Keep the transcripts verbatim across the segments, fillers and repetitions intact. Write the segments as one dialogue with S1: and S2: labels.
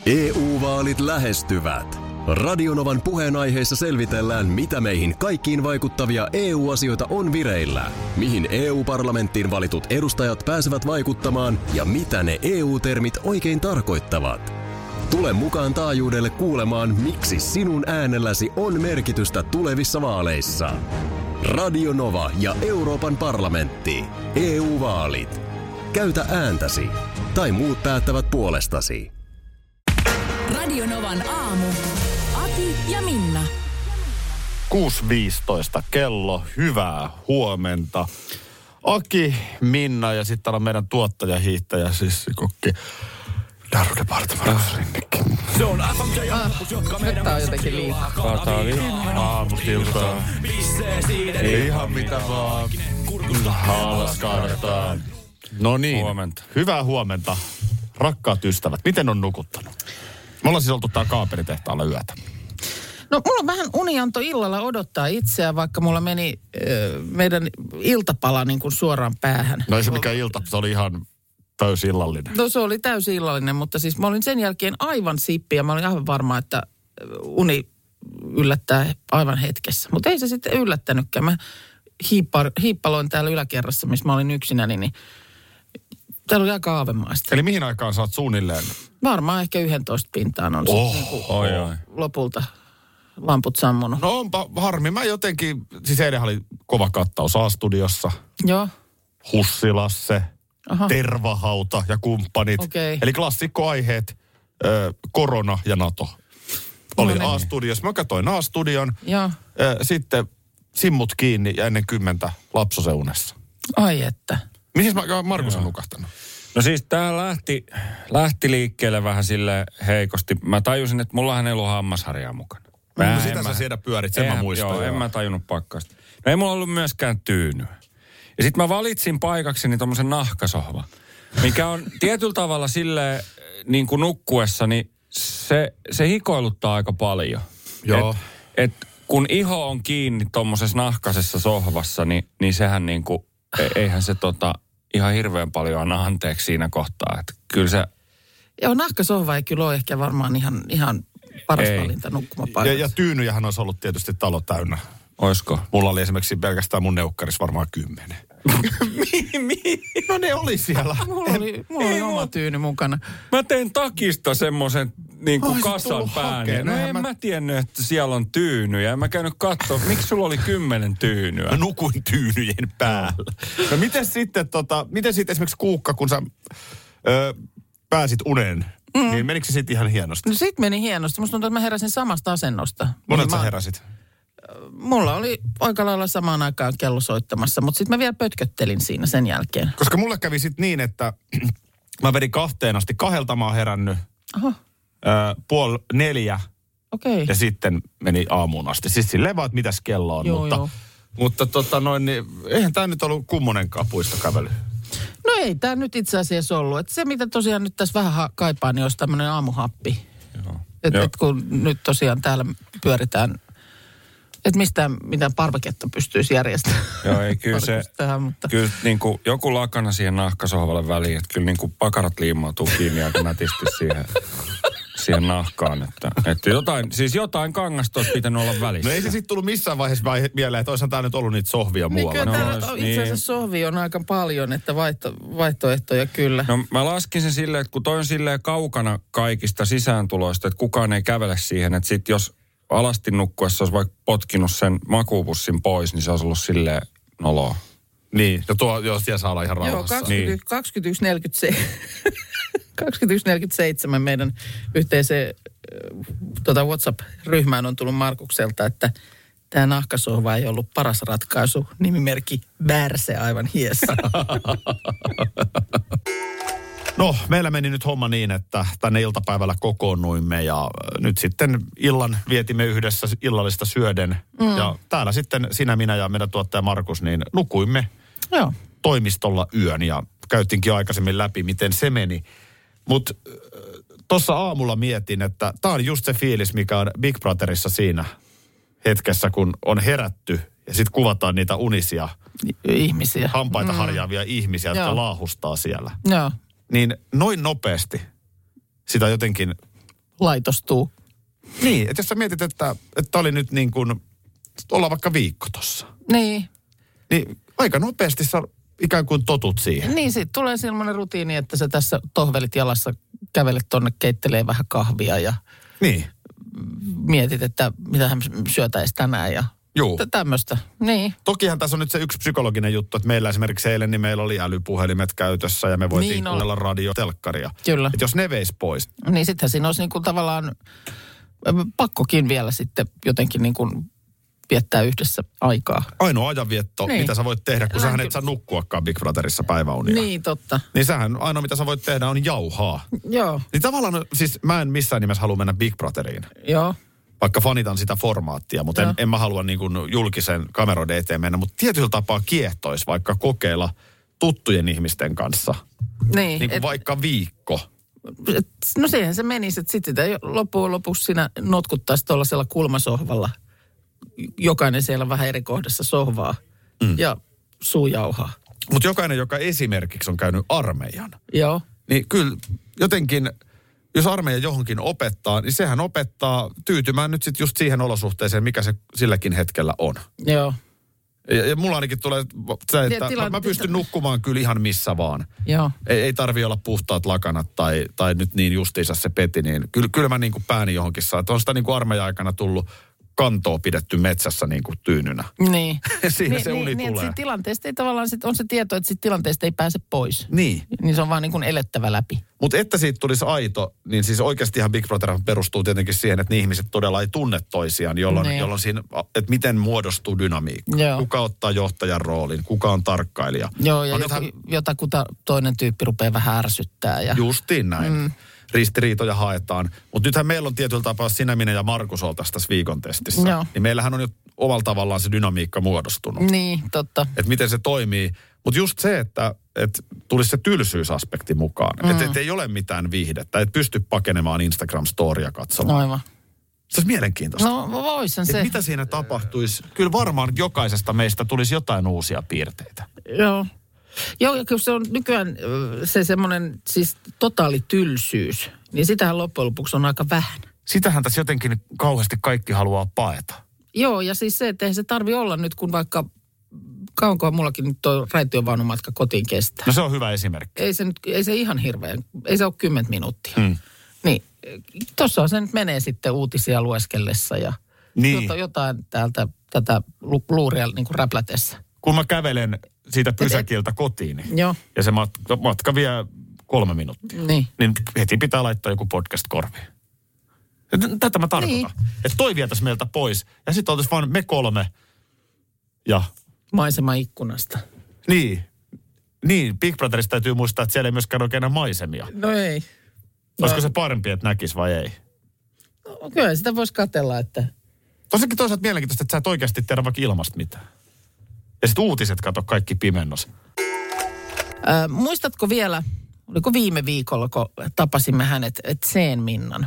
S1: E U-vaalit lähestyvät. Radionovan puheenaiheessa selvitellään, mitä meihin kaikkiin vaikuttavia E U-asioita on vireillä, mihin E U-parlamenttiin valitut edustajat pääsevät vaikuttamaan ja mitä ne E U-termit oikein tarkoittavat. Tule mukaan taajuudelle kuulemaan, miksi sinun äänelläsi on merkitystä tulevissa vaaleissa. Radio Nova ja Euroopan parlamentti. E U-vaalit. Käytä ääntäsi. Tai muut päättävät puolestasi.
S2: Radio Novan aamu. Ati ja Minna.
S3: kuusi viisitoista kello. Hyvää huomenta. Aki, Minna ja sitten on meidän tuottaja, hiihtäjä, siis kokki. Daru de Barta, Markus Rinnekin.
S4: Se on F M J aamus, jotka meidän
S5: Tää on jotenkin liikaa.
S3: Katavi, aamustiltaa. Ei ihan mitä vaan. Haalas kartaan. No niin, huomenta. Hyvää huomenta, rakkaat ystävät. Miten on nukuttanut? Me ollaan siis oltu tää kaaperitehtaalla yötä.
S5: No mulla on vähän unianto illalla odottaa itseään, vaikka mulla meni äh, meidän iltapala niin kuin suoraan päähän.
S3: No ei se mikään ilta, se oli ihan täysillallinen.
S5: No se oli täysillallinen, mutta siis mä olin sen jälkeen aivan sippi ja mä olin aivan varma, että uni yllättää aivan hetkessä. Mutta ei se sitten yllättänytkään. Mä hiippa, hiippaloin täällä yläkerrassa, missä mä olin yksinäni, niin täällä oli aika aavemaista.
S3: Eli mihin aikaan sä oot suunnilleen?
S5: Varmaan ehkä yksitoista pintaan on
S3: oh,
S5: niin kuin
S3: oi, oi.
S5: lopulta lamput sammunut.
S3: No onpa harmi. Mä jotenkin, siis eilen oli kova kattaus A-studiossa.
S5: Joo.
S3: Hussilasse,
S5: Aha.
S3: Tervahauta ja kumppanit.
S5: Okay.
S3: Eli klassikkoaiheet, ö, korona ja NATO. Oli
S5: no,
S3: A-studiossa. Mä katsoin A-studion.
S5: Joo.
S3: Ö, sitten simmut kiinni ja ennen kymmentä lapsoseunessa.
S5: Ai että.
S3: Mihin Markus on nukahtanut?
S4: No siis tää lähti, lähti liikkeelle vähän sille heikosti. Mä tajusin, että mullahan ei ollut hammasharjaa mukana.
S3: Mä, no sitä sä siellä pyörit, sen
S4: en,
S3: mä muistan.
S4: Joo,
S3: joo,
S4: en mä tajunnut pakkasta. No ei mulla ollut myöskään tyynyä. Ja sit mä valitsin paikakseni tommosen nahkasohvan, mikä on tietyllä tavalla silleen niin kuin nukkuessa, niin se, se hikoiluttaa aika paljon.
S3: Joo.
S4: Et, et kun iho on kiinni tommosessa nahkasessa sohvassa, niin, niin sehän niin kuin, eihän se tota ihan hirveän paljon anna anteeksi siinä kohtaa. Että kyllä se...
S5: Joo, nahkasohva ei kyllä ole ehkä varmaan ihan, ihan paras
S4: ei.
S5: valinta nukkumapaikassa.
S3: Ja, ja tyynyjähän olisi ollut tietysti talo täynnä.
S4: Oisko?
S3: Mulla oli esimerkiksi pelkästään mun neukkarissa varmaan kymmenen. No ne oli siellä.
S5: Mulla oli, mulla oli oma tyyny mukana.
S4: Mä tein takista semmoisen niin kuin
S3: Oisit
S4: kasan
S3: tullut
S4: pään.
S3: hakeen.
S4: No
S3: Näinhän
S4: en
S3: mä-
S4: mä tiennyt, että siellä on tyynyjä. En mä käynyt katsoa, miksi sulla oli kymmenen tyynyä.
S3: Mä nukuin tyynyjen päällä. No miten sitten tota, miten sitten esimerkiksi Kuukka, kun sä ö, pääsit uneen, mm. niin menikö se sitten ihan hienosti?
S5: No sit meni hienosti. Musta tuntuu, että mä heräsin samasta asennosta.
S3: Monet
S5: mä,
S3: sä heräsit?
S5: Mulla oli aika lailla samaan aikaan kello soittamassa, mutta sitten mä vielä pötköttelin siinä sen jälkeen.
S3: Koska mulle kävi sitten niin, että mä vedin kahteen asti. Kahdelta mä oon herännyt.
S5: Aha,
S3: Ö, puoli neljä
S5: okei. Okay.
S3: ja sitten meni aamuun asti. Siis silleen vaan, että mitäs kello on.
S5: Joo,
S3: mutta
S5: joo.
S3: mutta tota noin, niin eihän tää nyt ollut kummonenkaan puistokävely.
S5: No ei tää nyt itse asiassa ollut. Et se, mitä tosiaan nyt tässä vähän ha- kaipaa, niin olisi tämmöinen aamuhappi.
S4: Joo.
S5: Et,
S4: Joo.
S5: et kun nyt tosiaan täällä pyöritään, että mistään mitään parveketta pystyisi järjestämään.
S4: Joo, ei kyllä se,
S5: Tähän, mutta...
S4: kyllä niin kuin joku lakana siihen nahkasohvalle väliin, että kyllä niin kuin pakarat liimautuu kiinni aika nätisti siihen, siihen nahkaan. Että, että jotain, siis jotain kangasta olisi pitänyt olla välissä.
S3: No ei se sitten tullut missään vaiheessa vaihe- mieleen, että olisihan tää nyt ollut niitä sohvia
S5: Niin
S3: muualla.
S5: kyllä
S4: No,
S5: täällä
S4: olisi,
S5: on itse asiassa sohvi on aika paljon, että vaihto, vaihtoehtoja kyllä.
S4: No mä laskin sen silleen, että kun toi on silleen kaukana kaikista sisääntuloista, että kukaan ei kävele siihen, että sit jos alasti nukkuessa olisi vaikka potkinut sen makuupussin pois, niin se olisi ollut silleen noloa.
S3: Niin, ja tuo, joo, siellä saa olla ihan
S5: Joo,
S3: rauhassa.
S5: kaksikymmentä, kaksikymmentäyksi neljäkymmentäseitsemän kaksikymmentäyksi neljäkymmentäseitsemän meidän yhteiseen äh, tota WhatsApp-ryhmään on tullut Markukselta, että tämä nahkasohva ei ollut paras ratkaisu. Nimimerkki Bärse aivan hiessä.
S3: No, meillä meni nyt homma niin, että tänne iltapäivällä kokoonnuimme ja nyt sitten illan vietimme yhdessä illallista syöden. Mm. Ja täällä sitten sinä, minä ja meidän tuottaja Markus, niin nukuimme
S5: Joo.
S3: toimistolla yön ja käytiinkin aikaisemmin läpi, miten se meni. Mutta tuossa aamulla mietin, että tämä on just se fiilis, mikä on Big Brotherissa siinä hetkessä, kun on herätty ja sitten kuvataan niitä unisia
S5: Ihmisiä.
S3: hampaita mm. harjaavia ihmisiä, jotka
S5: Joo.
S3: laahustaa siellä.
S5: Joo.
S3: Niin noin nopeasti sitä jotenkin
S5: laitostuu.
S3: Niin, että jos sä mietit, että, että oli nyt niin kuin, ollaan vaikka viikko tossa.
S5: Niin.
S3: Niin aika nopeasti sä ikään kuin totut siihen.
S5: Niin, sitten tulee sellainen rutiini, että sä tässä tohvelit jalassa kävelet tonne, keittelee vähän kahvia ja
S3: niin.
S5: mietit, että mitä hän syötäisi tänään ja
S3: Juu.
S5: tämmöistä. Niin.
S3: Tokihan tässä on nyt se yksi psykologinen juttu, että meillä esimerkiksi eilen niin meillä oli älypuhelimet käytössä ja me voitiin
S5: niin
S3: kuunnella radio, telkkaria.
S5: Kyllä.
S3: Että jos ne veisi pois.
S5: Niin sittenhän siinä olisi niin kuin tavallaan pakkokin vielä sitten jotenkin niin kuin viettää yhdessä aikaa.
S3: Ainoa ajanvietto, niin. mitä sä voit tehdä, kun sähän et saa nukkuakaan Big Brotherissa päiväunia.
S5: Niin, totta.
S3: Niin sähän ainoa, mitä sä voit tehdä, on jauhaa.
S5: Joo.
S3: Niin tavallaan, siis mä en missään nimessä halua mennä Big Brotheriin.
S5: Joo.
S3: Vaikka fanitan sitä formaattia, mutta en, en mä halua niin kuin julkisen kameroiden eteen mennä. Mutta tietyllä tapaa kiehtoisi vaikka kokeilla tuttujen ihmisten kanssa.
S5: Niin.
S3: Niin kuin et, vaikka viikko.
S5: Et, no siihen se menisi, että sitten sitä loppujen lopuksi siinä notkuttaisi tuollaisella kulmasohvalla. Jokainen siellä vähän eri kohdassa sohvaa mm. ja suujauhaa.
S3: Mutta jokainen, joka esimerkiksi on käynyt armeijan,
S5: Joo.
S3: niin kyllä jotenkin, jos armeija johonkin opettaa, niin sehän opettaa tyytymään nyt sitten just siihen olosuhteeseen, mikä se silläkin hetkellä on.
S5: Joo.
S3: Ja, ja mulla ainakin tulee se, että
S5: tila,
S3: mä, mä pystyn tila. nukkumaan kyllä ihan missä vaan.
S5: Joo.
S3: Ei, ei tarvi olla puhtaat lakanat tai, tai nyt niin justiinsa se peti, niin kyllä, kyllä mä niin kuin pääni johonkin saa. Että on sitä niin kuin armeijan aikana tullut kantoa pidetty metsässä niin kuin tyynynä.
S5: Niin.
S3: Siinä
S5: niin,
S3: se uni
S5: niin,
S3: tulee.
S5: Niin, tilanteesta ei tavallaan sit, on se tieto, että siitä tilanteesta ei pääse pois.
S3: Niin.
S5: Niin se on vaan niin kuin elettävä läpi.
S3: Mutta että siitä tulisi aito, niin siis oikeastihan Big Brother perustuu tietenkin siihen, että ne ihmiset todella ei tunne toisiaan, jolloin, niin. jolloin siinä, että miten muodostuu dynamiikka. Joo. Kuka ottaa johtajan roolin, kuka on tarkkailija.
S5: Joo, ja
S3: no,
S5: joku,
S3: nythän,
S5: jotakuta toinen tyyppi rupeaa vähän ärsyttää. Ja...
S3: Justiin näin. Mm. Ristiriitoja haetaan. Mutta nythän meillä on tietyllä tapaa sinä, minä ja Markus oltaisiin tässä viikon testissä.
S5: Joo.
S3: Niin meillähän on jo omalla tavallaan se dynamiikka muodostunut.
S5: Niin, totta.
S3: Että miten se toimii. Mutta just se, että et tulisi se tylsyysaspekti mukaan. Mm. Että et ei ole mitään viihdettä. Et pysty pakenemaan Instagram-storia katsomaan.
S5: Aivan.
S3: Se olisi mielenkiintoista.
S5: No voisin se.
S3: Mitä siinä tapahtuisi? Kyllä varmaan jokaisesta meistä tulisi jotain uusia piirteitä.
S5: Joo. Joo, ja kyllä se on nykyään se semmoinen siis totaali tylsyys. Niin sitähän loppujen lopuksi on aika vähän.
S3: Sitähän tässä jotenkin kauheasti kaikki haluaa paeta.
S5: Joo, ja siis se, että eihän se tarvi olla nyt, kun vaikka kauankohan mullakin nyt tuo raitiovaunumatka kotiin kestää.
S3: No se on hyvä esimerkki.
S5: Ei se, nyt, ei se ihan hirveän, ei se ole kymmentä minuuttia.
S3: Hmm.
S5: Niin, tuossa se nyt menee sitten uutisia lueskellessa ja
S3: niin.
S5: jotain täältä tätä luuria niin kuin räplätessä.
S3: Kun mä kävelen siitä pysäkiltä et, kotiin niin,
S5: joo.
S3: ja se matka, matka vie kolme minuuttia,
S5: niin.
S3: niin heti pitää laittaa joku podcast korviin. Tätä mä tarkoitan. Niin. Että toi vietäisi meiltä pois ja sitten oltaisiin vaan me kolme ja...
S5: Maisema ikkunasta.
S3: Niin. Niin, Big Brotherista täytyy muistaa, että siellä ei myöskään oikein enää maisemia.
S5: No ei.
S3: Olisiko
S5: no.
S3: se parempi, että näkisi vai ei?
S5: No, kyllä sitä voisi katsella, että...
S3: Tosiaankin toisaalta mielenkiintoista, että sä et oikeasti tiedä vaikka ilmasta mitään. Ja sitten uutiset kato kaikki pimennos.
S5: Äh, muistatko vielä, oliko viime viikolla, kun tapasimme hänet, Tseen Minnan?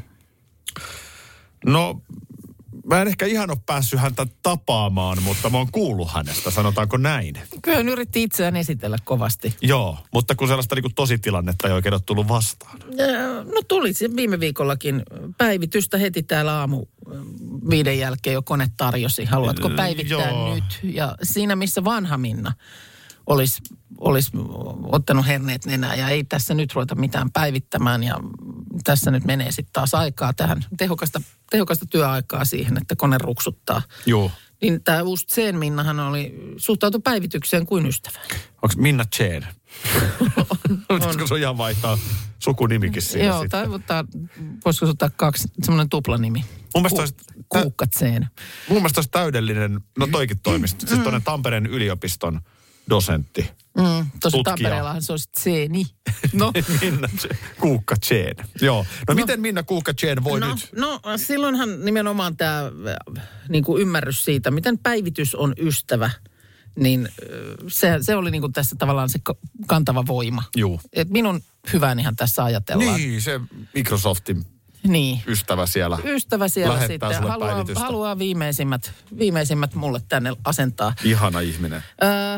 S3: No, mä en ehkä ihan ole päässyt häntä tapaamaan, mutta mä oon kuullut hänestä, sanotaanko näin.
S5: Kyllä hän yritti itseään esitellä kovasti.
S3: Joo, mutta kun sellaista niin tositilannetta ei oikein ole tullut vastaan.
S5: No tuli se viime viikollakin päivitystä heti täällä aamu viiden jälkeen jo kone tarjosi. Haluatko päivittää Joo. nyt? Ja siinä missä vanha Minna olisi, olisi ottanut herneet nenää ja ei tässä nyt ruveta mitään päivittämään ja tässä nyt menee sitten taas aikaa tähän tehokasta, tehokasta työaikaa siihen, että kone ruksuttaa.
S3: Joo.
S5: Niin tämä uusi Tseen Minnahan oli, suhtautui päivitykseen kuin ystävään.
S3: Onko Minna Tseen? Voisiko se ihan vaihtaa sukunimikin siihen
S5: Joo,
S3: sitten?
S5: tai ottaa, voisiko se ottaa kaksi, semmoinen tuplanimi.
S3: Mun mielestä olisi...
S5: Kuukka Tseen.
S3: Mun mielestä olisi täydellinen, no toikin toimisi, siis tuonne Tampereen yliopiston dosentti.
S5: Mm, tuossa Tampereellahan se olisi Tseeni. No.
S3: Minna Kuukka Tseen. Joo. No, no miten Minna Kuukka Tseen voi
S5: no,
S3: nyt?
S5: No silloinhan nimenomaan tämä niin kuin ymmärrys siitä, miten päivitys on ystävä, niin se, se oli niin kuin tässä tavallaan se kantava voima.
S3: Juu.
S5: Et minun hyväänihän tässä ajatellaan.
S3: Niin, se Microsoftin
S5: niin.
S3: ystävä siellä.
S5: Ystävä siellä
S3: lähettää
S5: sitten. Haluaa, haluaa viimeisimmät, viimeisimmät mulle tänne asentaa.
S3: Ihana ihminen.
S5: Öö,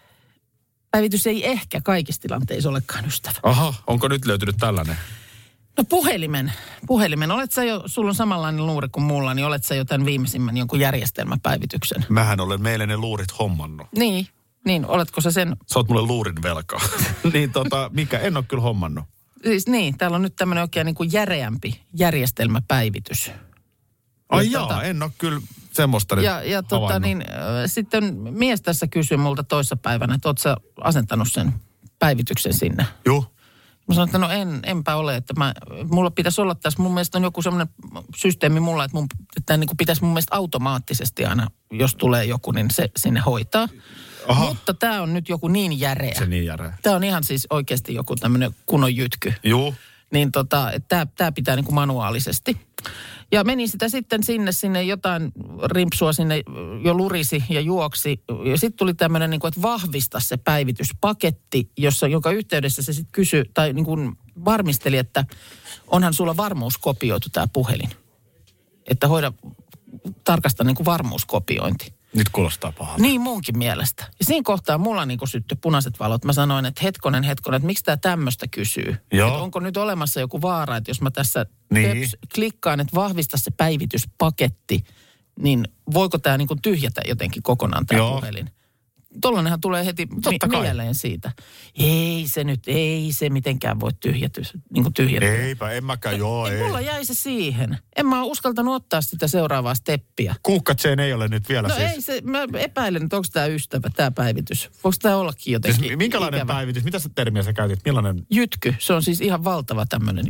S5: päivitys ei ehkä kaikissa tilanteissa olekaan ystävä.
S3: Aha, onko nyt löytynyt tällainen?
S5: No puhelimen. Puhelimen. Olet sä jo, sulla on samanlainen luuri kuin mulla, niin olet sä jo tämän viimeisimmän jonkun järjestelmäpäivityksen?
S3: Mähän olen meille ne luurit hommannut.
S5: Niin, niin. Oletko sä sen?
S3: Sä oot mulle luurin velkaa. niin tota, mikä? En ole kyllä hommannut.
S5: Siis niin, täällä on nyt tämmöinen oikein niin kuin järeämpi järjestelmäpäivitys.
S3: Ai
S5: ja
S3: jaa,
S5: tota,
S3: en ole kyllä semmoista nyt
S5: Ja, ja tota, niin, äh, sitten mies tässä kysyi multa toissapäivänä, että oot sä asentanut sen päivityksen sinne?
S3: Joo.
S5: Mä sanoin, että no en, enpä ole, että mä, mulla pitäisi olla tässä, mun mielestä on joku semmoinen systeemi mulla, että, mun, että niin kuin pitäisi mun mielestä automaattisesti aina, jos tulee joku, niin se sinne hoitaa. Aha. Mutta tämä on nyt joku niin järeä.
S3: Se niin järeä.
S5: Tämä on ihan siis oikeasti joku tämmöinen kunnon jytky.
S3: Joo.
S5: Niin tota, että tämä pitää niin kuin manuaalisesti. Ja meni sitä sitten sinne, sinne jotain rimpsua sinne jo lurisi ja juoksi. Ja sitten tuli tämmöinen, niin kuin, että vahvista se päivityspaketti, jossa, jonka yhteydessä se sitten kysyi, tai niin kuin varmisteli, että onhan sulla varmuuskopioitu tämä puhelin. Että hoida, tarkasta niin kuin varmuuskopiointi.
S3: Nyt kuulostaa pahalta.
S5: Niin munkin mielestä. Ja siinä kohtaa mulla niin kuin syttyi punaiset valot. Mä sanoin, että hetkonen, hetkonen, että miksi tää tämmöistä kysyy? Että onko nyt olemassa joku vaara, että jos mä tässä niin. teps, klikkaan, että vahvista se päivityspaketti, niin voiko tää niin kuin tyhjätä jotenkin kokonaan tää Joo. puhelin? Tollainenhan tulee heti mi- mieleen siitä. Ei se nyt, ei se mitenkään voi tyhjätä. Niin kuin tyhjätä.
S3: Eipä, en mäkään, joo, ei.
S5: Mulla jäi se siihen. En mä ole uskaltanut ottaa sitä seuraavaa steppiä.
S3: Kuukka Jane ei ole nyt vielä
S5: no
S3: siis.
S5: No ei se, mä epäilen, että onko tämä ystävä, tämä päivitys. Voiko tämä ollakin jotenkin
S3: siis minkälainen
S5: ikävä?
S3: Päivitys? Mitä sä termiä sä käytit? Millainen?
S5: Jytky. Se on siis ihan valtava tämmöinen.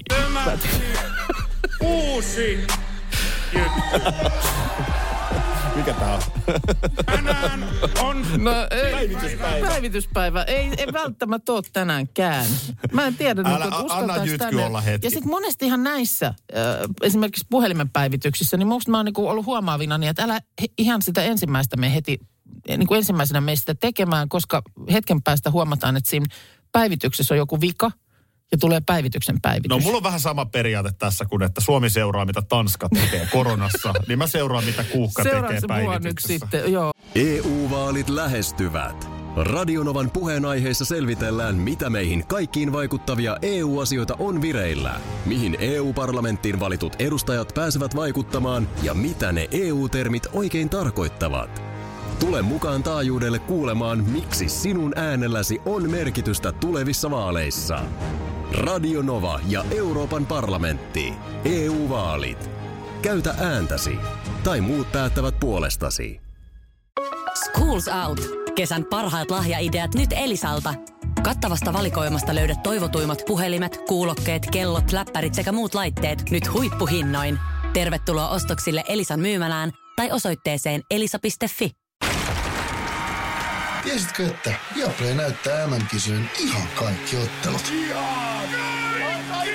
S4: Uusi jytky.
S3: Mikä tää on?
S4: Tänään on
S5: no, ei,
S3: päivityspäivä.
S5: Päivityspäivä. Ei, ei välttämättä ole tänäänkään. Mä en tiedä,
S3: Älä,
S5: että
S3: anna jytky tänne. Olla hetki.
S5: Ja sitten monestihan näissä, äh, esimerkiksi puhelimen päivityksissä, niin musta mä oon niinku ollut huomaavina, niin että älä ihan sitä ensimmäistä me heti, niin kuin ensimmäisenä me sitä tekemään, koska hetken päästä huomataan, että siinä päivityksessä on joku vika. Ja tulee päivityksen päivitys.
S3: No mulla on vähän sama periaate tässä kuin, että Suomi seuraa, mitä Tanska tekee koronassa. Niin mä seuraan, mitä Kuukka tekee päivityksessä.
S5: Nyt sitten, joo.
S1: E U-vaalit lähestyvät. Radionovan puheenaiheessa selvitellään, mitä meihin kaikkiin vaikuttavia E U-asioita on vireillä. Mihin E U-parlamenttiin valitut edustajat pääsevät vaikuttamaan ja mitä ne E U-termit oikein tarkoittavat. Tule mukaan taajuudelle kuulemaan, miksi sinun äänelläsi on merkitystä tulevissa vaaleissa. Radio Nova ja Euroopan parlamentti. E U-vaalit. Käytä ääntäsi. Tai muut päättävät puolestasi.
S6: Schools Out. Kesän parhaat lahjaideat nyt Elisalta. Kattavasta valikoimasta löydät toivotuimmat puhelimet, kuulokkeet, kellot, läppärit sekä muut laitteet nyt huippuhinnoin. Tervetuloa ostoksille Elisan myymälään tai osoitteeseen elisa piste fi.
S7: Tiesitkö, että Viaplay näyttää M M-kisojen ihan kaikki ottelut? Ihan kaikki!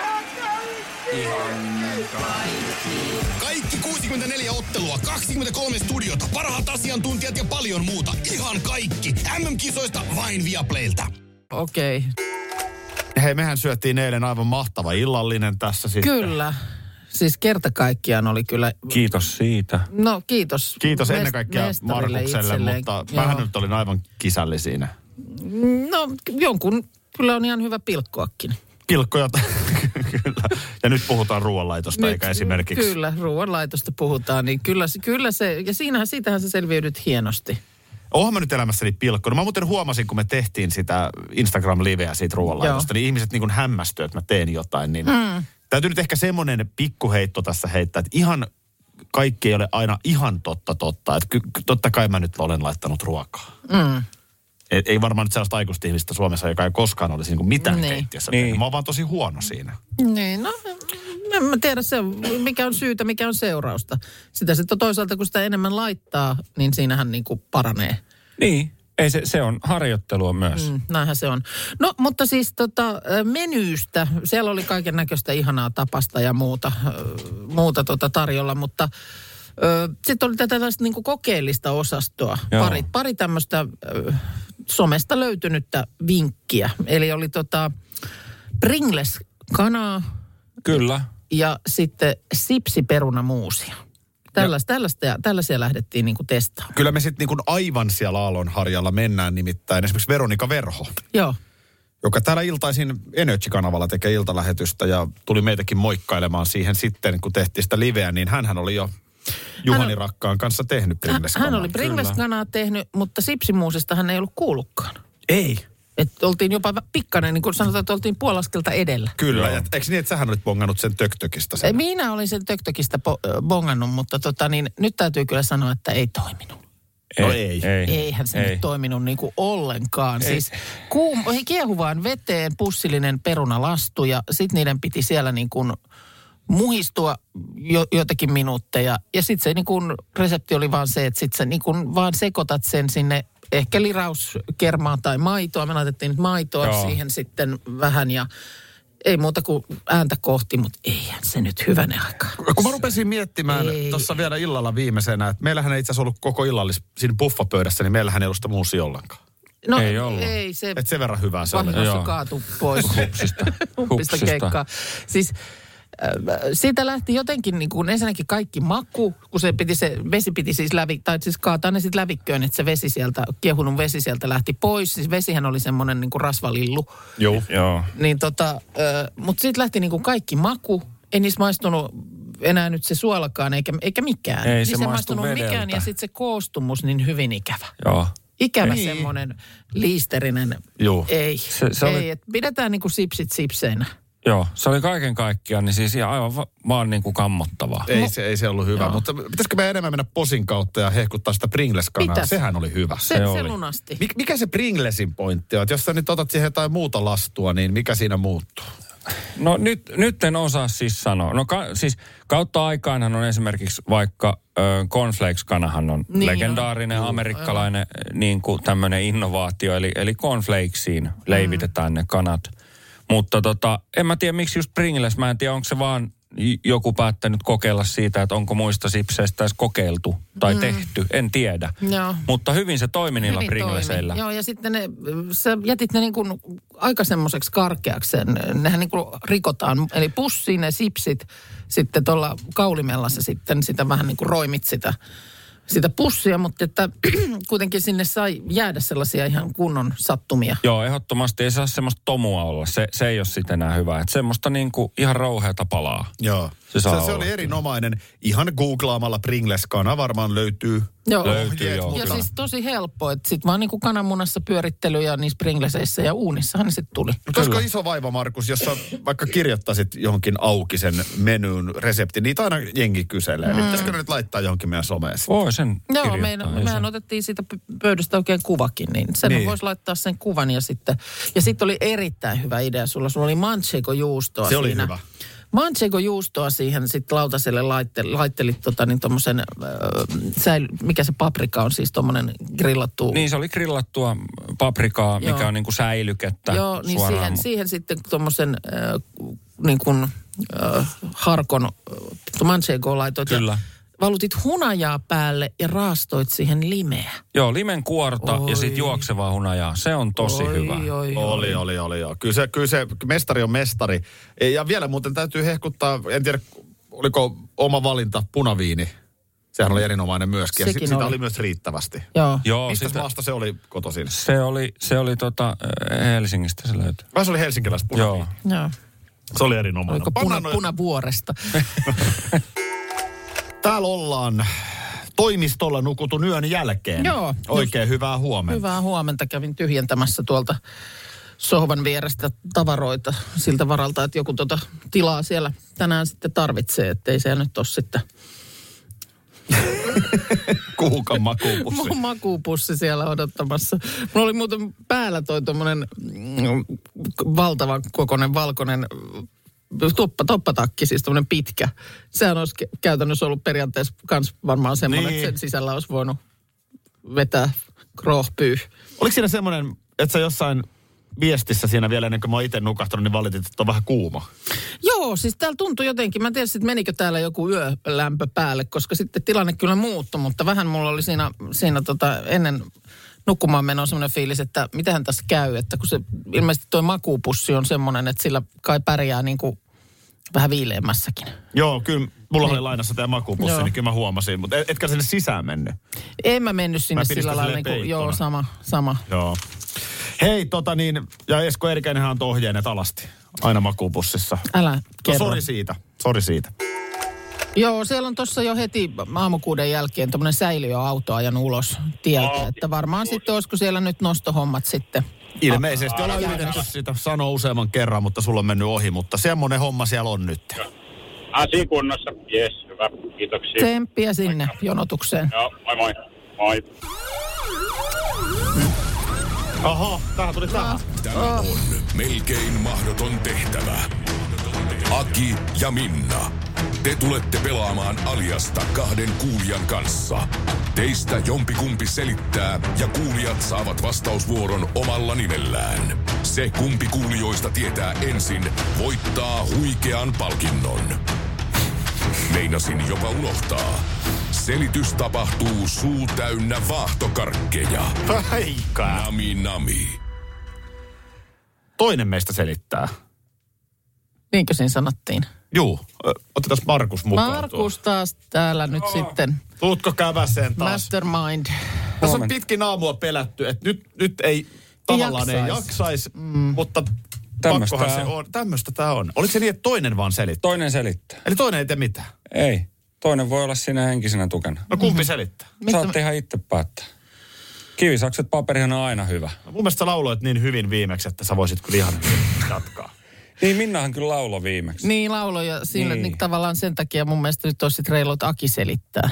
S7: Ihan kaikki! Kaikki kuusikymmentäneljä ottelua, kaksikymmentäkolme studiota, parhaat asiantuntijat ja paljon muuta. Ihan kaikki! M M-kisoista vain Viaplaylta.
S5: Okei. Okay.
S3: Hei, mehän syöttiin eilen aivan mahtava illallinen tässä sitten.
S5: Kyllä. Siis kerta kaikkiaan oli kyllä...
S4: Kiitos siitä.
S5: No kiitos.
S3: Kiitos ennen kaikkea Markukselle, mutta vähän nyt olin aivan kisälli siinä.
S5: No jonkun kyllä on ihan hyvä pilkkoakin.
S3: Pilkkoja, kyllä. Ja nyt puhutaan ruoanlaitosta nyt, eikä esimerkiksi...
S5: Kyllä, ruoanlaitosta puhutaan, niin kyllä, kyllä se... Ja siinähän, siitähän sä selviydyt hienosti.
S3: Oonhan mä nyt elämässäni pilkko. No mä muuten huomasin, kun me tehtiin sitä Instagram-liveä siitä ruoanlaitosta, Joo. niin ihmiset niin kuin hämmästyivät, että mä teen jotain, niin... Mm. Täytyy nyt ehkä semmoinen pikkuheitto tässä heittää, että ihan kaikki ei ole aina ihan totta totta. Että ky- totta kai mä nyt olen laittanut ruokaa. Mm. Et, ei varmaan nyt sellaista aikuista ihmistä Suomessa, joka ei koskaan olisi niin kuin mitään niin. keittiössä. Niin. Mä oon vaan tosi huono siinä.
S5: Niin, no en mä tiedä se, mikä on syytä, mikä on seurausta. Sitä sitten toisaalta, kun sitä enemmän laittaa, niin siinähän niin kuin paranee.
S4: Niin. Ei se, se on harjoittelua myös. Mm,
S5: näinhän se on. No, mutta siis tota, menyystä, siellä oli kaiken näköistä ihanaa tapasta ja muuta, muuta tota tarjolla, mutta sitten oli tätä tällaista niin kuin kokeellista osastoa. Joo. Pari, pari tämmöistä ö, somesta löytynyttä vinkkiä. Eli oli tota Pringles-kanaa.
S4: Kyllä.
S5: Ja sitten sipsiperunamuusia. Tällaista, tällaista, tällaisia lähdettiin niinku testaamaan.
S3: Kyllä me sitten niinku aivan siellä aallonharjalla mennään nimittäin. Esimerkiksi Veronika Verho.
S5: Joo.
S3: joka täällä iltaisin Energy-kanavalla tekee iltalähetystä ja tuli meitäkin moikkailemaan siihen sitten, kun tehtiin sitä liveä, niin hänhän oli jo Juhani Rakkaan kanssa tehnyt Pringles-kanaa.
S5: Hän oli Pringles-kanaa tehnyt, mutta sipsimuusista hän ei ollut kuullutkaan.
S3: Ei.
S5: Että oltiin jopa pikkainen, niin kuin sanotaan, että oltiin puolaskelta edellä.
S3: Kyllä, ja eikö niin, että sähän olit bongannut sen töktökistä sen?
S5: Minä olin sen töktökistä po- bongannut, mutta tota, niin, nyt täytyy kyllä sanoa, että ei toiminut.
S3: No ei.
S4: ei.
S5: Eihän se
S4: ei.
S5: nyt toiminut niin kuin ollenkaan.
S4: Ei.
S5: Siis kuum, kiehuvaan veteen pussillinen perunalastu ja sitten niiden piti siellä niin kuin muhistua jo, joitakin minuutteja. Ja sitten se niin kuin resepti oli vaan se, että sitten sä niin kuin vaan sekoitat sen sinne ehkä lirauskermaa tai maitoa. Me laitettiin nyt maitoa Joo. siihen sitten vähän ja ei muuta kuin ääntä kohti, mutta eihän se nyt hyvänen aikaa.
S3: Kun mä rupesin miettimään
S5: ei.
S3: tuossa vielä illalla viimeisenä, että meillähän ei itse asiassa ollut koko illallis siinä buffapöydässä, niin meillähän ei ollut sitä muusia ollenkaan.
S5: No
S4: ei ollut.
S5: Ei se.
S3: Et sen verran hyvää se oli.
S5: Vahingossa kaatui pois.
S4: Hupsista.
S5: Huppista keikkaa. Siis äh, siitä lähti jotenkin niin kuin ensinnäkin kaikki maku, kun se piti se vesi piti siis lävi, tai siis kaataa ne sitten lävikköön, että se vesi sieltä, kiehunut vesi sieltä lähti pois. Siis vesihän oli semmoinen niin kuin rasvalillu.
S3: Joo.
S4: Joo.
S5: Niin tota, äh, mutta siitä lähti niin kuin kaikki maku. Ei niissä maistunut enää nyt se suolakaan eikä, eikä mikään.
S4: Ei
S5: niin
S4: se,
S5: se
S4: maistu
S5: maistunut
S4: vedeltä.
S5: mikään ja sitten se koostumus niin hyvin ikävä.
S4: Joo.
S5: Ikävä
S3: Niin.
S5: semmoinen liisterinen.
S3: Joo.
S5: Ei,
S4: Se- se
S5: ei
S4: oli-
S5: et pidetään niin kuin sipsit sipseinä.
S4: Joo, se oli kaiken kaikkiaan, niin siis ihan aivan va- vaan niin kuin kammottavaa.
S3: Ei se, ei se ollut hyvä,
S5: Joo.
S3: mutta pitäisikö me enemmän mennä posin kautta ja hehkuttaa sitä Pringles-kanaa?
S5: Pitäis.
S3: Sehän oli hyvä.
S5: Se,
S4: Se
S5: se,
S4: oli.
S5: lunasti.
S3: Mik, mikä se Pringlesin pointti on? Että jos sä nyt otat siihen jotain muuta lastua, niin mikä siinä muuttuu?
S4: No nyt, nyt en osaa siis sanoa. No ka, siis kautta aikaanhan on esimerkiksi vaikka ö, cornflakes-kanahan on
S5: Niin
S4: legendaarinen
S5: on.
S4: amerikkalainen niin kuin tämmöinen innovaatio. Eli, eli cornflakesiin leivitetään mm. ne kanat. Mutta tota, en mä tiedä miksi just Pringles. Mä en tiedä, onko se vaan j- joku päättänyt kokeilla siitä, että onko muista sipseistä edes kokeiltu tai mm. tehty. En tiedä.
S5: Joo.
S4: Mutta hyvin se toimi niillä
S5: Hyvin
S4: Pringleseillä.
S5: toimi. Joo, ja sitten ne, sä jätit ne niin kuin aika semmoiseksi karkeaksi. sen. Nehän niin kuin rikotaan. Eli pussiin ne sipsit, sitten tuolla kaulimella sä sitten sitä vähän niin kuin roimit sitä, sitä pussia, mutta että kuitenkin sinne sai jäädä sellaisia ihan kunnon sattumia.
S4: Joo, ehdottomasti ei saa semmoista tomua olla. Se, se ei ole sitten enää hyvä. Että semmoista niin kuin ihan rouheata palaa.
S3: Joo.
S4: Se saa
S3: se, se
S4: olla.
S3: oli erinomainen. Ihan googlaamalla Pringles-kana varmaan löytyy.
S5: Joo.
S4: Löytyy,
S3: Ohjeet,
S4: joo.
S3: mutta-
S5: Ja siis tosi helppo, että sitten vaan niin kuin kananmunassa pyörittely ja niissä Pringleseissä ja uunissahan ne sitten tuli.
S3: Mutta olisiko iso vaiva, Markus, jos sä vaikka kirjoittaisit johonkin auki sen menyyn reseptin, niitä aina jengi kyselee. Mm. Niin pitäisikö ne nyt laittaa johonkin meidän someen?
S4: Voi sen
S5: Joo,
S4: kirjoittaa,
S5: meidän,
S4: ei
S5: mehän
S4: se-
S5: otettiin siitä pö- pöydästä oikein kuvakin, niin sen
S3: Niin.
S5: niin. voisi laittaa sen kuvan ja sitten, ja sitten oli erittäin hyvä idea sulla, sulla oli manchego-juustoa
S3: Se oli
S5: siinä.
S3: hyvä.
S5: Manchego-juustoa siihen sitten lautaselle laitte, laittelit tota niin tommosen, äh, säily, mikä se paprika on siis tommonen grillattu.
S4: Niin, se oli grillattua paprikaa,
S5: Joo.
S4: mikä on niin kuin säilykettä
S5: Joo, niin
S4: suoraan.
S5: siihen, siihen sitten tommosen äh, niin kuin äh, harkon äh, manchego laitoit.
S4: Kyllä.
S5: Ja valutit hunajaa päälle ja raastoit siihen limeä.
S4: Joo, limen kuorta
S5: Oi.
S4: ja sitten juoksevaa hunajaa. Se on tosi
S5: oi,
S4: hyvä.
S5: Oi, oi.
S3: Oli, oli, oli, joo. Kyllä se, kyllä se mestari on mestari. Ja vielä muuten täytyy hehkuttaa, en tiedä, oliko oma valinta punaviini. Sehän oli erinomainen myöskin. Ja
S5: Sekin
S3: sit, sitä
S5: oli.
S3: oli myös riittävästi.
S5: Joo.
S4: Joo,
S3: Mistä
S4: sitä,
S3: maasta se oli kotoisin?
S4: se oli, se oli tota, äh, Helsingistä se löytyi.
S3: Vai se oli helsinkiläis punaviini?
S4: Joo.
S5: Joo.
S3: Se oli erinomainen.
S5: Oliko puna,
S3: Pannaan noin-
S5: punavuoresta?
S3: Täällä ollaan toimistolla nukutun yön jälkeen.
S5: Joo.
S3: Oikein hyvää huomenta.
S5: Hyvää huomenta. Kävin tyhjentämässä tuolta sohvan vierestä tavaroita siltä varalta, että joku tuota tilaa siellä tänään sitten tarvitsee, ettei se nyt ole sitten
S3: Kuukan makuupussi.
S5: mun makuupussi siellä odottamassa. Mulla oli muuten päällä toi tommonen mm, valtavan kokoinen valkoinen toppa, toppatakki, siis tommonen pitkä. Sehän olisi ke- käytännössä ollut periaatteessa kans varmaan semmoinen,
S3: Niin.
S5: että sen sisällä olisi voinut vetää krohpyy.
S3: Oliko siinä semmoinen, että sä jossain viestissä siinä vielä ennen kuin mä oon itse nukahtanut, niin valitit, että on vähän kuuma?
S5: Joo, siis täällä tuntui jotenkin, mä en tiedä sitten menikö täällä joku yölämpö päälle, koska sitten tilanne kyllä muuttui, mutta vähän mulla oli siinä, siinä tota, ennen nukkumaan menoa semmoinen fiilis, että mitähän tässä käy, että kun se ilmeisesti toi makuupussi on semmoinen, että sillä kai pärjää niin kuin vähän viileämmässäkin.
S3: Joo, kyllä mulla oli lainassa tämä makuupussi,
S5: Joo.
S3: niin kyllä mä huomasin, mutta et- etkä sinne sisään mennyt.
S5: En mä mennyt sinne
S3: Mä pidin
S5: sillä
S3: sitä
S5: lailla, niin
S3: silleen
S5: kuin, joo,
S3: peittona.
S5: sama, sama.
S3: Joo. Hei, tota niin, ja Esko Eerikäinenhän on ohjeenet alasti. Aina makuupussissa.
S5: Älä kerro.
S3: No, sori siitä, sori siitä.
S5: Joo, siellä on tuossa jo heti aamukuuden jälkeen tämmöinen säiliöauto ajanut ulos tieltä. Oh, että varmaan sitten olisiko siellä nyt nostohommat sitten.
S3: Ilmeisesti ollaan yritetty sitä sanoa useamman kerran, mutta sulla on mennyt ohi, mutta semmoinen homma siellä on nyt.
S8: Asia kunnossa, jes, hyvä, kiitoksia.
S5: Tsemppiä sinne jonotukseen.
S8: Joo, moi moi, moi.
S3: Oho, tähän tuli tähän.
S9: Tämä on melkein mahdoton tehtävä. Aki ja Minna. Te tulette pelaamaan aliasta kahden kuulijan kanssa. Teistä jompikumpi selittää ja kuulijat saavat vastausvuoron omalla nimellään. Se kumpi kuulijoista tietää ensin, voittaa huikean palkinnon. Meinasin jopa unohtaa. Selitys tapahtuu suu täynnä vaahtokarkkeja.
S3: Aika.
S9: Nami nami.
S3: Toinen meistä selittää.
S5: Niinkö siinä sanottiin?
S3: Juu, otetaan Markus mukaan.
S5: Markus taas täällä nyt oh. sitten.
S3: Tuutko käväseen taas?
S5: Mastermind.
S3: Tässä on pitkin aamua pelätty, että nyt, nyt ei tavallaan jaksais. ei jaksaisi, mm. mutta
S4: tämmöstä
S3: pakkohan se on. Tämmöistä tämä on. Oliko se niin, että toinen vaan selittää?
S4: Toinen selittää.
S3: Eli toinen ei tee mitään?
S4: Ei. Toinen voi olla siinä henkisenä tukena.
S3: No kumpi mm-hmm. selittää?
S4: Saatte ihan itse päättää. Kivisakset paperihan on aina hyvä.
S3: No, mun mielestä sä lauloit niin hyvin viimeksi, että sä voisit kyllä ihan jatkaa.
S4: Niin, Minnahan kyllä laulo viimeksi.
S5: Niin, laulo ja siinä niin. Niin, tavallaan sen takia mun mielestä nyt olisi reilu, että Aki selittää.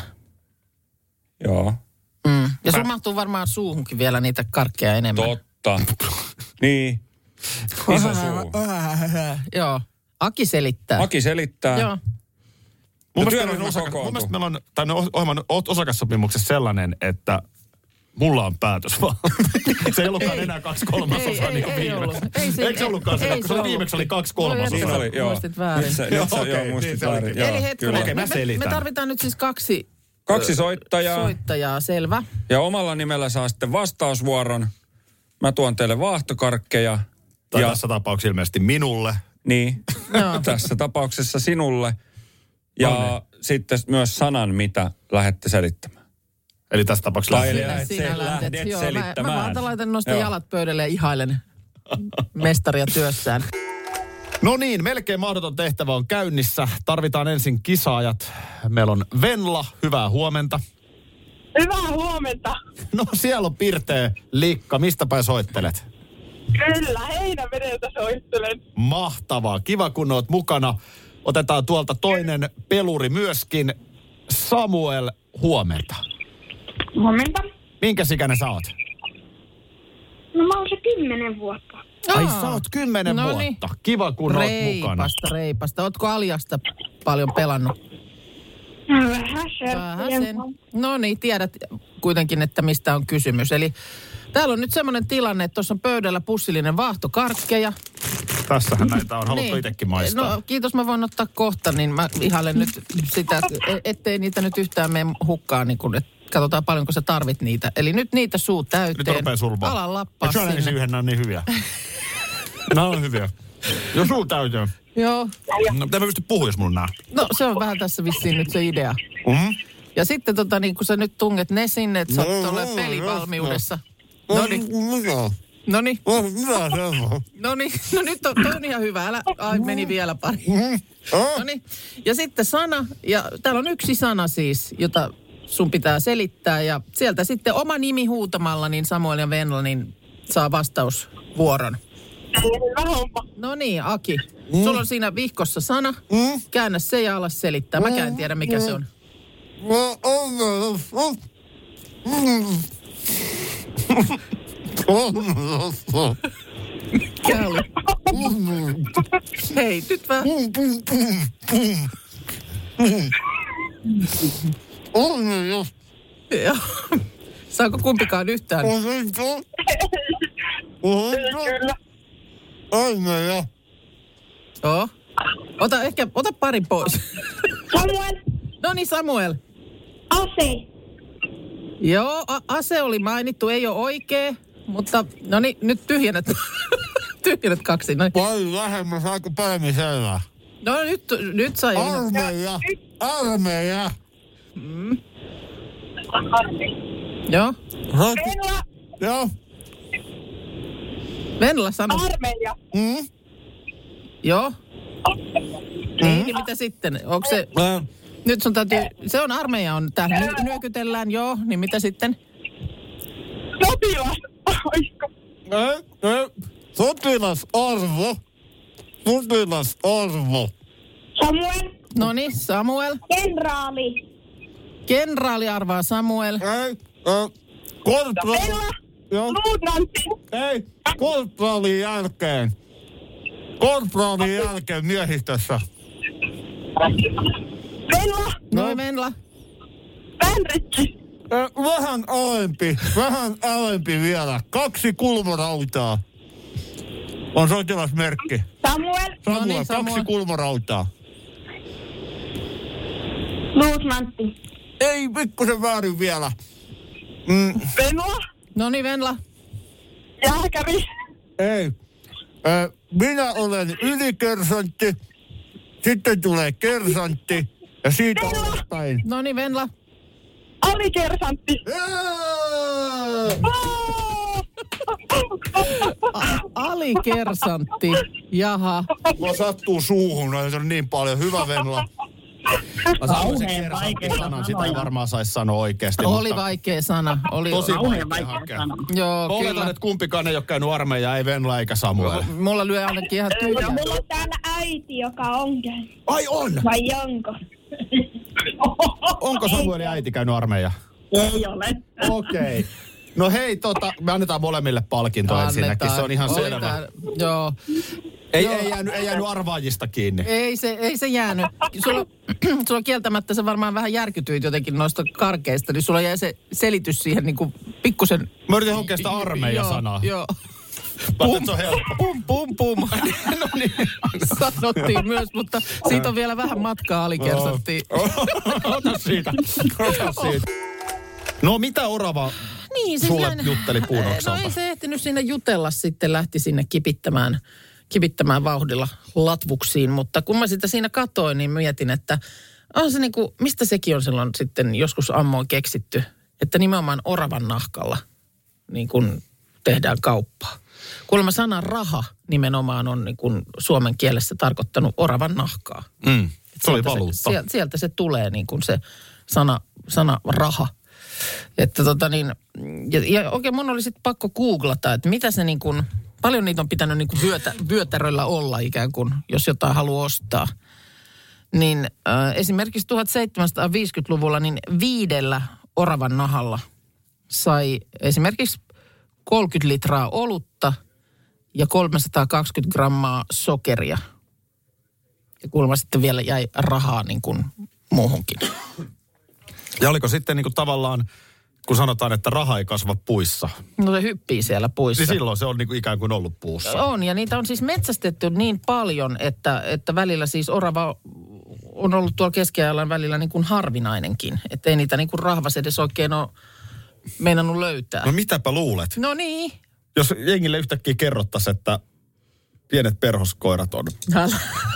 S4: Joo.
S5: Mm. Ja sun mahtuu varmaan suuhunkin vielä niitä karkkeja enemmän.
S4: Totta. Niin. Iso suu.
S5: Joo. Aki selittää.
S4: Aki selittää.
S5: Joo.
S3: Mun mielestä, meillä osaka, mun mielestä meillä on tämän ohjelman osakassopimuksessa sellainen, että mulla on päätös vaan. Se ei ollutkaan ei, enää kaksi kolmasosaa niin kuin viimeksi. Ei se, Eikö se ollutkaan se, kun se viimeksi oli kaksi kolmasosaa?
S4: Niin oli, joo.
S5: Muistit väärin.
S4: Nyt se, nyt se, joo, muistit väärin.
S5: Eli hetkinen, okay, me, me tarvitaan nyt siis kaksi...
S4: Kaksi soittajaa.
S5: Soittajaa, selvä.
S4: Ja omalla nimellä saa sitten vastausvuoron. Mä tuon teille vaahtokarkkeja.
S3: Tai ja, tässä tapauksessa ilmeisesti minulle.
S4: Niin, no. Tässä tapauksessa sinulle. Ja no, sitten myös sanan, mitä lähdette selittämään.
S3: Eli tässä tapauksessa
S4: lähdet. Sinä, sinä lähdet, lähdet
S5: Joo,
S4: selittämään.
S5: Mä, mä vaan laitan nosta jalat pöydälle ja ihailen mestaria työssään.
S3: No niin, melkein mahdoton tehtävä on käynnissä. Tarvitaan ensin kisaajat. Meillä on Venla, hyvää huomenta.
S10: Hyvää huomenta.
S3: No siellä on pirteä Likka, mistä päin soittelet?
S10: Kyllä, Heinävedeltä soittelen.
S3: Mahtavaa, kiva kun oot mukana. Otetaan tuolta toinen peluri myöskin. Samuel, huomenta.
S10: Huomenta.
S3: Minkäs ikäinen sä oot?
S10: No mä oon se kymmenen vuotta.
S3: Ai sä oot kymmenen
S5: Noniin.
S3: vuotta. Kiva kun oot mukana.
S5: Reipasta, reipasta. Ootko Aljasta paljon pelannut?
S10: Vähäsen.
S5: No niin, tiedät kuitenkin, että mistä on kysymys. Eli täällä on nyt semmoinen tilanne, että tuossa on pöydällä pussillinen vaahtokarkkeja.
S3: Tässähän näitä on haluttu niin. itsekin maistaa.
S5: No kiitos, mä voin ottaa kohta, niin mä ihailen nyt sitä, ettei niitä nyt yhtään mene hukkaan, niin kun, että katsotaan paljonko sä tarvit niitä. Eli nyt niitä suu täyteen.
S3: Nyt rupeaa surmaan.
S5: Ala lappaa sinne.
S3: Eikö yhden, nämä on niin hyviä? Nämä on hyviä. Jo suu täyteen.
S5: Joo.
S3: No, mitä mä pysty puhumaan, jos mulla nää?
S5: No se on vähän tässä vissiin nyt se idea.
S3: Mm-hmm.
S5: Ja sitten tota niin kun sä nyt tunget ne sinne, että sä oot tuolla pelivalmiudessa. Noniin. Noniin. Noniin. No nyt on, toi on ihan hyvä. Älä, ai meni vielä pari. Noniin. Ja sitten sana. Ja täällä on yksi sana siis, jota sun pitää selittää. Ja sieltä sitten oma nimi huutamalla, niin Samuel ja Venla, niin saa vastausvuoron. No niin, Aki. Mm. Sulla on siinä vihkossa sana. Mm. Käännä se ja alas selittää. Mäkään en tiedä, mikä se on. Mikä oli? Hei, nyt vähän. Joo. Saako kumpikaan yhtään?
S10: Kyllä.
S3: Aina.
S5: Joo. Ota ehkä, ota pari pois.
S10: Samuel.
S5: No niin, Samuel.
S10: Ase.
S5: Joo, a- ase oli mainittu, ei ole oikee, mutta no niin, nyt tyhjennät, tyhjennät kaksi. Noin.
S3: Paljon vähemmän, saako paremmin selvää?
S5: No nyt, nyt sai.
S3: Armeija, armeija.
S5: Mm. Joo.
S10: Venla.
S3: Joo.
S5: Venla sano.
S10: Armeija.
S3: Mm?
S5: Joo. Mm. Niin, niin mitä sitten? Onko se...
S3: Äh.
S5: Nyt sun täytyy... Se on armeija on täällä. Ny- nyökytellään, joo. Niin mitä sitten?
S10: Sotilas. Oisko?
S3: Ei, ei. Sotilasarvo. Sotilasarvo.
S10: Samuel.
S5: No niin, Samuel.
S10: Kenraali.
S5: Kenraali arvaa Samuel.
S3: Ei, äh. Korporaali.
S10: Venla.
S3: Joo.
S10: Luutnantti.
S3: Ei, korporaalin jälkeen. Korporaalin jälkeen miehistössä.
S10: Venla.
S5: No, Venla.
S10: Vänrikki.
S3: Äh, vähän alempi, vähän alempi vielä. Kaksi kulmarautaa. On sotilasmerkki.
S10: Samuel.
S3: Samuel,
S5: No niin, Samuel.
S3: kaksi kulmarautaa.
S10: Luutnantti.
S3: Ei, pikkusen väärin vielä. Mm,
S10: Venla.
S5: No niin, Venla.
S10: Jääkäri.
S3: ei. Äh, minä olen ylikersantti, sitten tulee kersantti ja siitä alaspäin.
S5: No niin, Venla.
S10: Alikersantti.
S5: A- alikersantti. Jaha.
S3: Mua sattuu suuhun, no, se on niin paljon. Hyvä, Venla. Mä sanoin sen kersantti-sanan, sitä ei varmaan saisi sanoa oikeasti.
S5: Oli
S3: mutta
S5: vaikea sana. Oli
S3: tosi
S10: Kauhean
S3: vaikea
S10: vaikea
S3: hakea.
S10: sana.
S5: Joo,
S3: Oletan,
S5: kyllä.
S3: että kumpikaan ei ole käynyt armeijaa, ei Venla eikä Samuel.
S5: Mulla lyö ainakin ihan tyhjää.
S10: Ja mulla on täällä äiti, joka on käynyt.
S3: Ai on!
S10: Vai onko?
S3: Onko Samuelin äiti käynyt armeijaa?
S10: Ei ole.
S3: Okei. Okay. No hei, tota, me annetaan molemmille palkinto ensinnäkin, se on ihan
S5: Oli
S3: selvä.
S5: tää- Joo.
S3: Ei,
S5: Joo.
S3: ei, jäänyt, ei jäänyt arvaajista kiinni.
S5: Ei se, ei se jäänyt. Sulla, sulla kieltämättä se varmaan vähän järkytyit jotenkin noista karkeista, niin sulla jäi se selitys siihen niin kuin pikkusen...
S3: Mä yritin hokea sitä armeija-sanaa.
S5: Joo,
S3: Mä ajattelin, että se on helppo.
S5: pum, pum, pum.
S3: No niin.
S5: Sanottiin myös, mutta siitä on vielä vähän matkaa alikersattiin.
S3: Ota siitä. Ota siitä. No mitä orava
S5: Niin, siis
S3: sulle
S5: jäin-
S3: jutteli puunoksalta?
S5: No ei se ehtinyt sinne jutella sitten, lähti sinne kipittämään, kipittämään vauhdilla latvuksiin. Mutta kun mä sitä siinä katoin, niin mietin, että on se niinku, mistä sekin on silloin sitten joskus ammoin keksitty, että nimenomaan oravan nahkalla niin kun tehdään kauppaa. Kuulemma sana raha nimenomaan on niin kun suomen kielessä tarkoittanut oravan nahkaa.
S3: Mm. Se oli
S5: Sieltä
S3: valuutta.
S5: Se, sieltä, sieltä se tulee niin kuin se sana, sana raha. Että tota niin, ja, ja oikein mun oli sitten pakko googlata, että mitä se niin kuin, paljon niitä on pitänyt niin kuin vyötä, vyötäröllä olla ikään kuin, jos jotain haluaa ostaa. Niin äh, esimerkiksi tuhatseitsemänsataaviisikymmentäluvulla niin viidellä oravan nahalla sai esimerkiksi kolmekymmentä litraa olutta ja kolmesataakaksikymmentä grammaa sokeria. Ja kuulemma sitten vielä jäi rahaa niin kuin muuhunkin.
S3: Ja oliko sitten niin kuin tavallaan, kun sanotaan, että raha ei kasva puissa,
S5: No se hyppii siellä puissa.
S3: niin silloin se on niin kuin ikään kuin ollut puussa.
S5: On, ja niitä on siis metsästetty niin paljon, että, että välillä siis orava on ollut tuolla keskiajallan välillä niin kuin harvinainenkin. Että ei niitä niin kuin rahvas edes oikein ole meinannut löytää.
S3: No mitäpä luulet?
S5: No niin.
S3: Jos jengille yhtäkkiä kerrottaisiin, että pienet perhoskoirat on.
S5: Älä.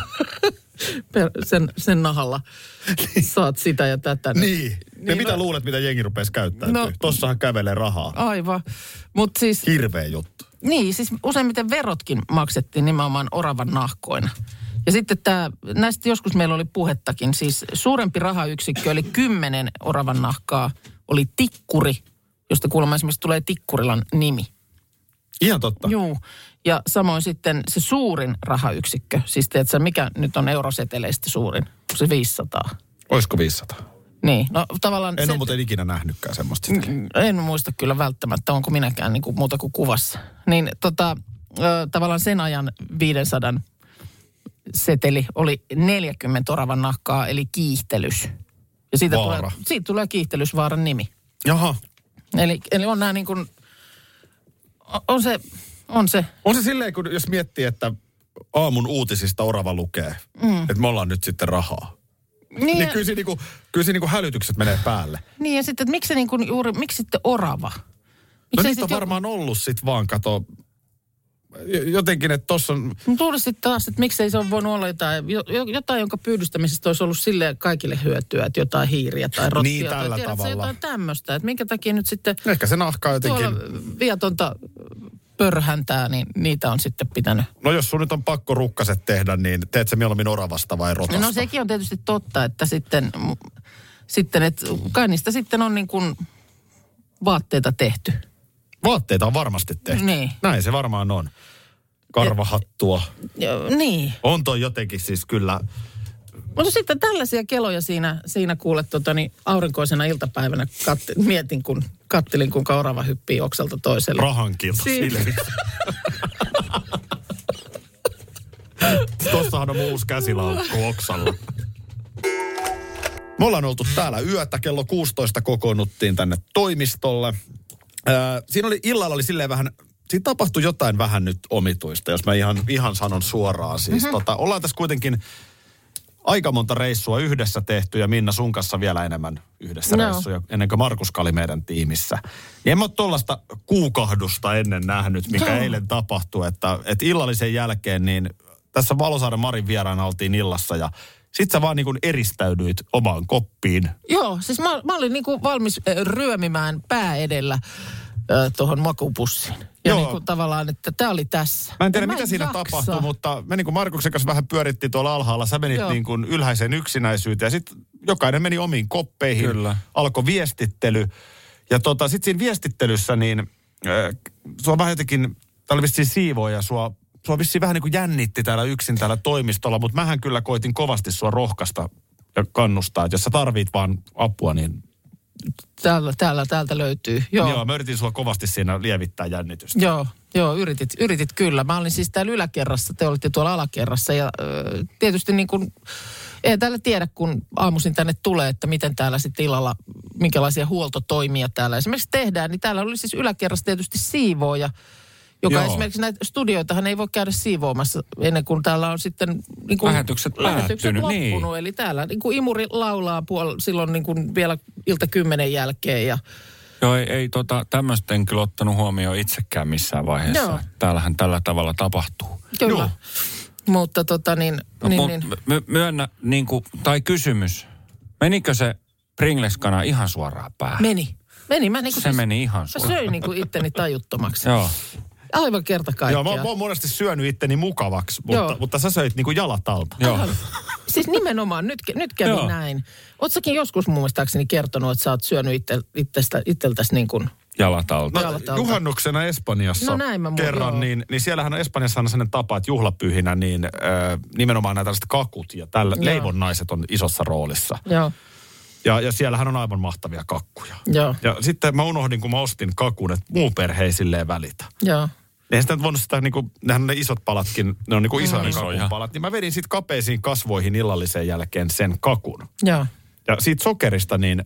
S5: Per- sen, sen nahalla saat sitä ja tätä.
S3: Niin. Ja
S5: Niin,
S3: mitä
S5: no-
S3: luulet, mitä jengi rupesi käyttämään?
S5: No-
S3: No. Tossahan kävelee rahaa.
S5: Aivan. Mutta siis,
S3: Hirveä juttu.
S5: niin, siis useimmiten verotkin maksettiin nimenomaan oravan nahkoina. Ja sitten tämä, näistä joskus meillä oli puhettakin, siis suurempi rahayksikkö eli kymmenen oravan nahkaa oli tikkuri, josta kuulemma esimerkiksi tulee Tikkurilan nimi.
S3: Ihan totta.
S5: Juu. Ja samoin sitten se suurin rahayksikkö, siis tiedätkö, mikä nyt on euroseteleistä suurin? On se viisisataa.
S3: Olisiko viisisataa?
S5: Niin, no tavallaan...
S3: En
S5: se,
S3: ole muuten ikinä nähnytkään semmoista.
S5: Mm, En muista kyllä välttämättä, onko minäkään niin kuin muuta kuin kuvassa. Niin tota, ö, tavallaan sen ajan viisisataa seteli oli neljäkymmentä oravan nahkaa, eli kiihtelys. Ja siitä tulee,
S3: Vaara.
S5: siitä tulee kiihtelysvaaran nimi.
S3: Jaha.
S5: Eli, eli on nämä niin kuin, on se, on se.
S3: On se silleen, kun jos miettii, että aamun uutisista orava lukee, mm. että me ollaan nyt sitten rahaa.
S5: Niin,
S3: Niin
S5: ja,
S3: kyllä siinä niinku, kyllä siinä niinku hälytykset menee päälle.
S5: niin ja sitten, että miksi se niin kuin juuri, miksi sitten orava?
S3: No
S5: Miksei
S3: niitä on
S5: sit jo-
S3: varmaan ollut sit vaan, kato, jotenkin, että tossa on...
S5: Mutta luulisin sitten taas, että miksei se ole voinut olla jotain, jo- jo- jotain jonka pyydystämisestä olisi ollut silleen kaikille hyötyä, että jotain hiiriä tai rottia.
S3: Niin,
S5: tai
S3: tällä
S5: tiedätkö,
S3: tavalla.
S5: jotain tämmöistä, että minkä takia nyt sitten
S3: Ehkä se nahka jotenkin...
S5: tuolla viatonta pörhäntää, niin niitä on sitten pitänyt.
S3: No jos sun nyt on pakko rukkaset tehdä, niin teet sä mieluummin oravasta vai rotasta?
S5: No sekin on tietysti totta, että sitten, sitten että kai niistä sitten on niin kuin vaatteita tehty.
S3: Vaatteita on varmasti tehty.
S5: Niin.
S3: Näin se varmaan on. Karvahattua.
S5: Ja, niin.
S3: On toi jotenkin siis kyllä.
S5: Mutta sitten tällaisia keloja siinä, siinä kuule tota, niin aurinkoisena iltapäivänä kat, mietin, kun kattelin, kuinka orava hyppii oksalta toiselle.
S3: Rahankilta silmi. Tossahan on uusi käsilaukku oksalla. Me ollaan oltu täällä yötä, kello kuusitoista kokoonnuttiin tänne toimistolle. Äh, siinä oli, illalla oli silleen vähän, siinä tapahtui jotain vähän nyt omituista, jos mä ihan, ihan sanon suoraan. Siis mm-hmm. tota, ollaan tässä kuitenkin aika monta reissua yhdessä tehty ja Minna sun kanssa vielä enemmän yhdessä no. reissuja, ennen kuin Markuska oli meidän tiimissä. Niin en mä ole tollaista kuukahdusta ennen nähnyt, mikä no. eilen tapahtui, että, että illallisen jälkeen niin tässä Valosaaren Marin vieraana oltiin illassa ja sit sä vaan niin kuin eristäydyit omaan koppiin.
S5: Joo, siis mä, mä olin niin kuin valmis ryömimään pää edellä äh, tuohon makupussiin. Ja Joo. niin kuin tavallaan, että tää oli tässä.
S3: Mä en tiedä, mitä siinä jaksa. tapahtui, mutta me niin kuin Markuksen kanssa vähän pyörittiin tuolla alhaalla. Sä menit niin kuin ylhäiseen yksinäisyyteen ja sitten jokainen meni omiin koppeihin. Kyllä. Alkoi viestittely. Ja tota, sitten siinä viestittelyssä niin äh, sua vähän jotenkin, tää oli vissiin siivooja, sua Sua vissiin vähän niin kuin jännitti täällä yksin täällä toimistolla, mutta mähän kyllä koitin kovasti sua rohkaista ja kannustaa, että jos sä tarvit vaan apua, niin
S5: Täällä, täällä, täältä löytyy, joo.
S3: Joo, mä yritin sua kovasti siinä lievittää jännitystä.
S5: Joo, joo, yritit, yritit kyllä. Mä olin siis täällä yläkerrassa, te olitte tuolla alakerrassa ja ö, tietysti niin kuin, ei täällä tiedä, kun aamuisin tänne tulee, että miten täällä sitten illalla, minkälaisia huoltotoimia täällä esimerkiksi tehdään, niin täällä oli siis yläkerrassa tietysti siivooja, joka Joo. esimerkiksi näitä studioitahan ei voi käydä siivoamassa ennen kuin täällä on sitten niin kuin
S4: lähetykset,
S5: lähetykset loppunut.
S4: Niin.
S5: Eli täällä niin kuin imuri laulaa puol- silloin niin kuin vielä ilta kymmenen jälkeen. Ja
S4: Joo, ei, ei tota, tämmöistä en kyllä ottanut huomioon itsekään missään vaiheessa.
S5: Joo.
S4: Täällähän tällä tavalla tapahtuu.
S5: Kyllä, Joo. mutta tota niin...
S4: No,
S5: niin,
S4: mu-
S5: niin.
S4: My, myönnä, niin kuin, tai kysymys, menikö se Pringles-kana ihan suoraan päähän?
S5: Meni. Meni. Mä niin kuin
S4: se
S5: siis,
S4: meni ihan suoraan.
S5: Mä söin niin kuin itteni tajuttomaksi.
S4: Joo.
S5: Aivan kerta kaikkiaan.
S3: Joo, mä, mä oon monesti syönyt itteni mukavaksi, mutta, mutta sä söit niinku jalat alta.
S5: Joo. Siis nimenomaan, nyt, nyt kävi Joo. näin. Oot säkin joskus muistaakseni kertonut, että sä oot syönyt itse, itsestä, itseltäsi niin kuin
S4: jalat alta.
S3: No, juhannuksena Espanjassa
S5: no, näin mä mun,
S3: kerran, niin, niin siellähän on Espanjassa on sellainen tapa, että juhlapyhinä niin äh, nimenomaan nämä tällaiset kakut ja tällä, leivonnaiset on isossa roolissa.
S5: Joo.
S3: Ja, ja siellähän on aivan mahtavia kakkuja.
S5: Joo.
S3: Ja sitten mä unohdin, kun mä ostin kakun, että muu perhe ei silleen välitä.
S5: Joo.
S3: Eihän sitä voinut sitä, niin kuin, nehän ne isot palatkin, ne on niin kuin isoja mm. kakun palat. Niin mä vedin sitten kapeisiin kasvoihin illallisen jälkeen sen kakun.
S5: Joo.
S3: Ja siitä sokerista niin,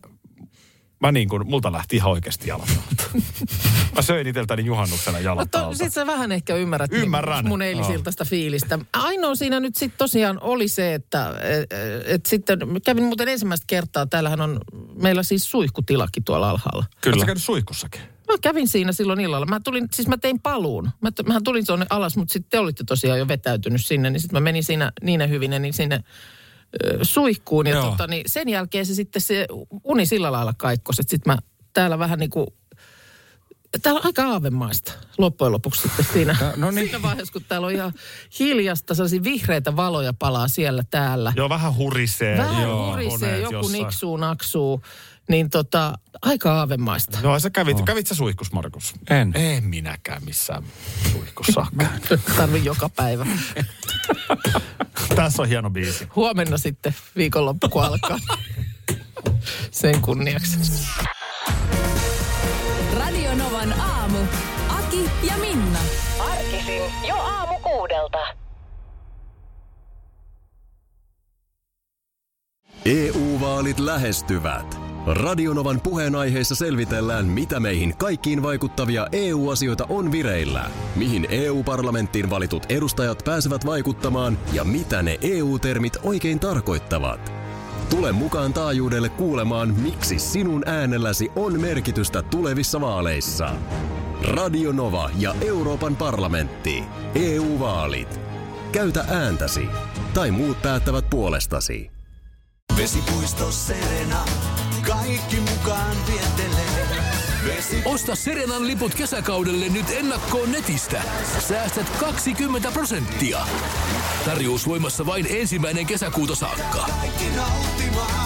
S3: mä niin kuin, multa lähti ihan oikeasti jalat alta. Mä söin iteltäni juhannuksena jalat alta.
S5: No sit sä vähän ehkä ymmärrät
S3: Ymmärrän.
S5: mun eilisiltaista fiilistä. Ainoa siinä nyt sitten tosiaan oli se, että et, et sitten kävin muuten ensimmäistä kertaa, täällähän on meillä siis suihkutilakin tuolla alhaalla.
S3: Kyllä. Oletko käynyt suihkussakin?
S5: Mä kävin siinä silloin illalla. Mä tulin, siis mä tein paluun. Mä, mähän tulin tuonne alas, mutta sitten te olitte tosiaan jo vetäytynyt sinne, niin sitten mä menin siinä Niine Hyvinen niin sinne ö, suihkuun. Ja tota, niin sen jälkeen se sitten se uni sillä lailla kaikkosi, että sitten mä täällä vähän niin kuin, täällä on aika aavemaista loppujen lopuksi sitten siinä, no niin. siinä vaiheessa, kun täällä on ihan hiljasta, sellaisia vihreitä valoja palaa siellä täällä.
S3: Joo, vähän hurisee.
S5: Vähän
S3: Joo,
S5: hurisee, joku
S3: jossain.
S5: niksuu, naksuu. Niin tota, aika aavemaista.
S3: Joo, sä kävit, oh. kävit sä suihkus, Markus?
S4: En.
S3: En minäkään missään suihkussa käynyt.
S5: Tarvin joka päivä.
S3: Tässä on hieno biisi.
S5: Huomenna sitten viikonloppu, kun alkaa. Sen kunniaksi.
S2: Radio Novan aamu. Aki ja Minna.
S6: Arkisin jo aamu kuudelta.
S1: E U-vaalit lähestyvät. Radionovan puheenaiheessa selvitellään, mitä meihin kaikkiin vaikuttavia E U-asioita on vireillä, mihin E U-parlamenttiin valitut edustajat pääsevät vaikuttamaan ja mitä ne E U-termit oikein tarkoittavat. Tule mukaan taajuudelle kuulemaan, miksi sinun äänelläsi on merkitystä tulevissa vaaleissa. Radio Nova ja Euroopan parlamentti. E U-vaalit. Käytä ääntäsi. Tai muut päättävät puolestasi.
S11: Vesipuisto Serena. Kaikki mukaan vientelee. Osta Serenan liput kesäkaudelle nyt ennakkoon netistä. Säästät kaksikymmentä prosenttia. Tarjous voimassa vain ensimmäinen kesäkuuta saakka.